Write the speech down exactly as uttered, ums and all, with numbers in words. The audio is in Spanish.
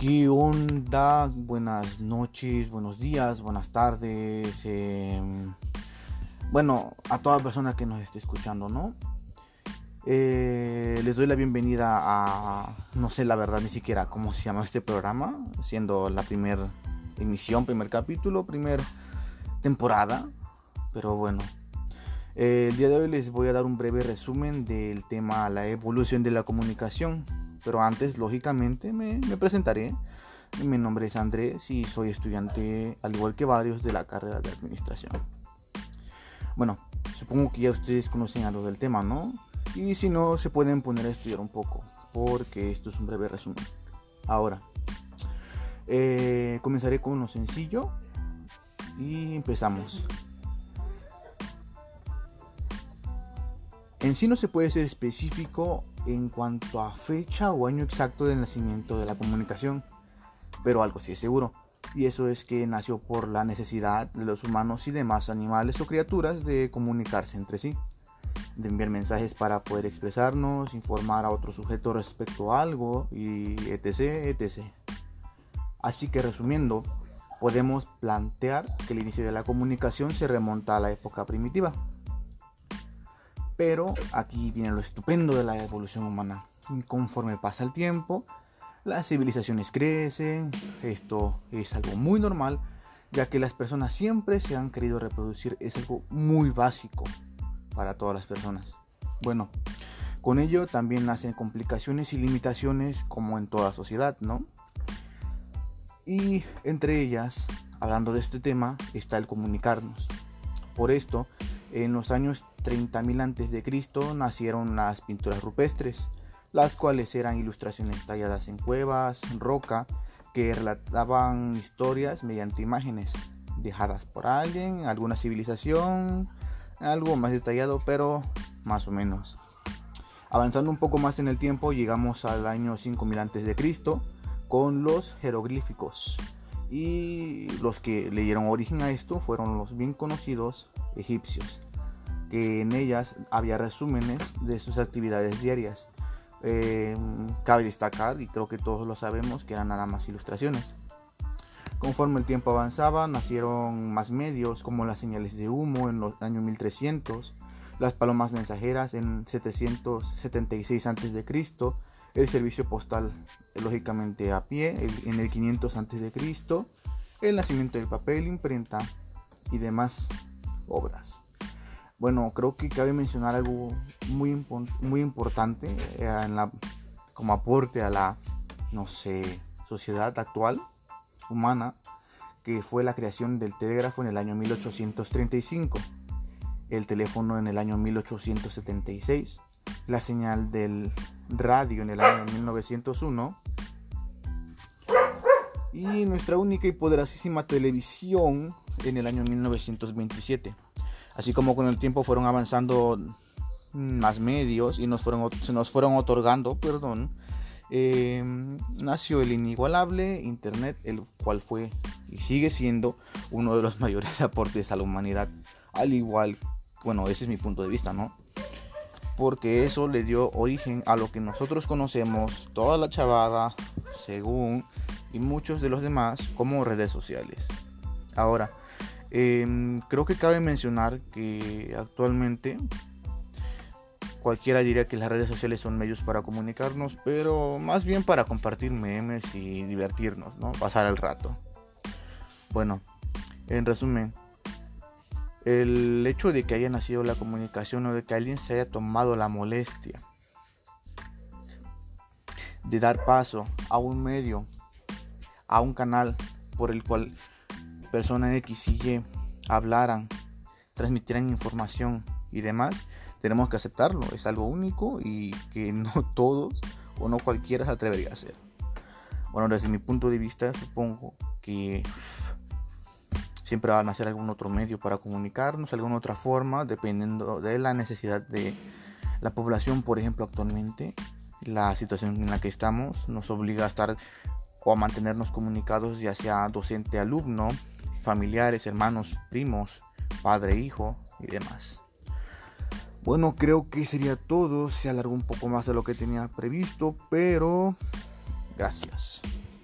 ¿Qué onda? Buenas noches, buenos días, buenas tardes. Eh, bueno, a toda persona que nos esté escuchando, ¿no? Eh, les doy la bienvenida a, no sé la verdad ni siquiera cómo se llama este programa, siendo la primera emisión, primer capítulo, primer temporada. Pero bueno, eh, el día de hoy les voy a dar un breve resumen del tema la evolución de la comunicación. Pero antes, lógicamente, me, me presentaré. Mi nombre es Andrés y soy estudiante, al igual que varios, de la carrera de administración. Bueno, supongo que ya ustedes conocen algo del tema, ¿no? Y si no, se pueden poner a estudiar un poco, porque esto es un breve resumen. Ahora, eh, comenzaré con lo sencillo y empezamos. En sí no se puede ser específico en cuanto a fecha o año exacto del nacimiento de la comunicación, pero algo sí es seguro, y eso es que nació por la necesidad de los humanos y demás animales o criaturas de comunicarse entre sí, de enviar mensajes para poder expresarnos, informar a otro sujeto respecto a algo, y etc, etc. Así que resumiendo, podemos plantear que el inicio de la comunicación se remonta a la época primitiva. Pero aquí viene lo estupendo de la evolución humana. Conforme pasa el tiempo, las civilizaciones crecen. Esto es algo muy normal, ya que las personas siempre se han querido reproducir. Es algo muy básico para todas las personas. Bueno, con ello también nacen complicaciones y limitaciones como en toda sociedad, ¿no? Y entre ellas, hablando de este tema, está el comunicarnos. Por esto, en los años treinta mil antes de Cristo nacieron las pinturas rupestres, las cuales eran ilustraciones talladas en cuevas, en roca, que relataban historias mediante imágenes dejadas por alguien, alguna civilización, algo más detallado, pero más o menos. Avanzando un poco más en el tiempo, llegamos al año cinco mil antes de Cristo con los jeroglíficos. Y los que le dieron origen a esto fueron los bien conocidos egipcios, que en ellas había resúmenes de sus actividades diarias. Eh, cabe destacar, y creo que todos lo sabemos, que eran nada más ilustraciones. Conforme el tiempo avanzaba, nacieron más medios como las señales de humo en los años mil trescientos, las palomas mensajeras en setecientos setenta y seis antes de Cristo, el servicio postal lógicamente a pie en el quinientos antes de Cristo, el nacimiento del papel, imprenta y demás obras. Bueno, creo que cabe mencionar algo muy, impo- muy importante eh, en la, como aporte a la, no sé, sociedad actual humana, que fue la creación del telégrafo en el año mil ochocientos treinta y cinco, el teléfono en el año mil ochocientos setenta y seis, la señal del radio en el año mil novecientos uno y nuestra única y poderosísima televisión en el año mil novecientos veintisiete. Así como con el tiempo fueron avanzando más medios y nos fueron, se nos fueron otorgando, perdón, eh, nació el inigualable Internet, el cual fue y sigue siendo uno de los mayores aportes a la humanidad, al igual, bueno, ese es mi punto de vista, ¿no? Porque eso le dio origen a lo que nosotros conocemos, toda la chavada, según, y muchos de los demás, como redes sociales. Ahora, eh, creo que cabe mencionar que actualmente cualquiera diría que las redes sociales son medios para comunicarnos, pero más bien para compartir memes y divertirnos, ¿no? Pasar el rato. Bueno, en resumen, el hecho de que haya nacido la comunicación o de que alguien se haya tomado la molestia de dar paso a un medio, a un canal por el cual persona X y Y hablaran, transmitieran información y demás, tenemos que aceptarlo. Es algo único y que no todos o no cualquiera se atrevería a hacer. Bueno, desde mi punto de vista, supongo que siempre van a hacer algún otro medio para comunicarnos, alguna otra forma, dependiendo de la necesidad de la población. Por ejemplo, actualmente la situación en la que estamos nos obliga a estar o a mantenernos comunicados, ya sea docente-alumno, familiares, hermanos, primos, padre-hijo y demás. Bueno, creo que sería todo. Se alargó un poco más de lo que tenía previsto, pero gracias.